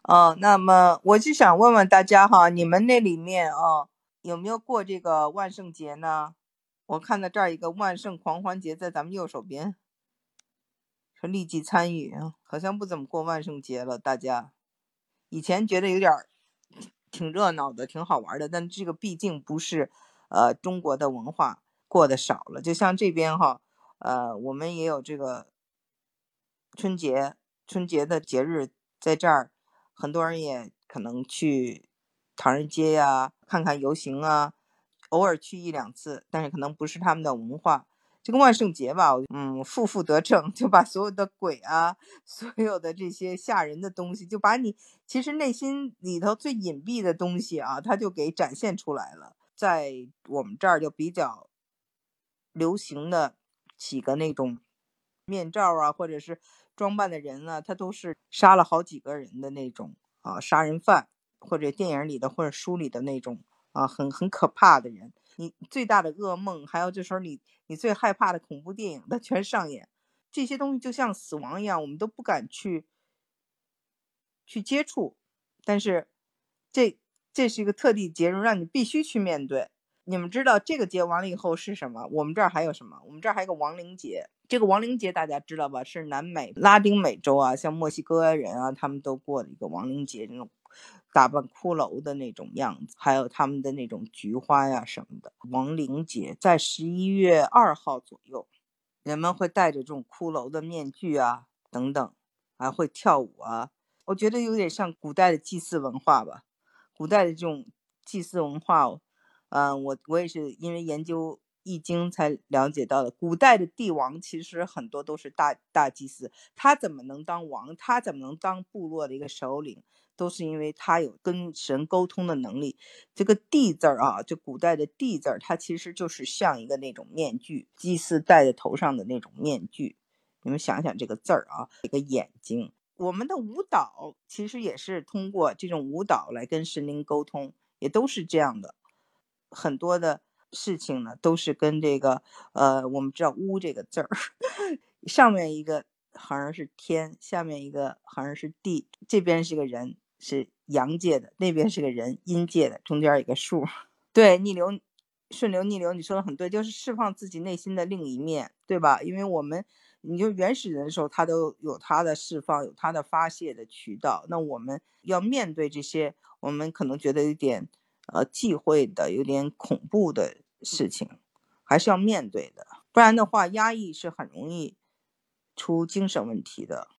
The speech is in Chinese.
那么我就想问问大家哈，你们那里面有没有过这个万圣节呢？我看到这儿一个万圣狂欢节在咱们右手边，说立即参与，好像不怎么过万圣节了。大家以前觉得有点挺热闹的，挺好玩的，但这个毕竟不是中国的文化，过得少了。就像这边哈，我们也有这个春节，春节的节日在这儿，很多人也可能去唐人街呀，看看游行啊，偶尔去一两次，但是可能不是他们的文化。这个万圣节吧，负负得正，就把所有的鬼啊，所有的这些吓人的东西，就把你其实内心里头最隐蔽的东西啊，它就给展现出来了。在我们这儿就比较流行的几个那种面罩啊，或者是装扮的人啊，他都是杀了好几个人的那种杀人犯，或者电影里的或者书里的那种很可怕的人。你最大的噩梦，还有这时候你最害怕的恐怖电影的全上演。这些东西就像死亡一样，我们都不敢去接触，但是这是一个特地节日，让你必须去面对。你们知道这个节完了以后是什么？我们这儿还有什么？我们这儿还有个亡灵节。这个亡灵节大家知道吧？是南美拉丁美洲啊，像墨西哥人啊，他们都过的一个亡灵节，那种打扮骷髅的那种样子，还有他们的那种菊花呀什么的。亡灵节在11月2号左右，人们会戴着这种骷髅的面具啊等等，还会跳舞啊。我觉得有点像古代的祭祀文化吧。古代的这种祭祀文化，我也是因为研究易经才了解到的。古代的帝王其实很多都是大祭司，他怎么能当王？他怎么能当部落的一个首领？都是因为他有跟神沟通的能力。这个帝字啊，就古代的帝字，它其实就是像一个那种面具，祭司戴在头上的那种面具。你们想想这个字啊，一个眼睛。我们的舞蹈其实也是通过这种舞蹈来跟神灵沟通，也都是这样的。很多的事情呢，都是跟这个我们知道巫这个字儿，上面一个好像是天，下面一个好像是地，这边是个人是阳界的，那边是个人阴界的，中间有一个数。对，顺流逆流，你说的很对，就是释放自己内心的另一面，对吧？因为你就原始人的时候，他都有他的释放，有他的发泄的渠道。那我们要面对这些，我们可能觉得有点忌讳的、有点恐怖的事情，还是要面对的，不然的话，压抑是很容易出精神问题的。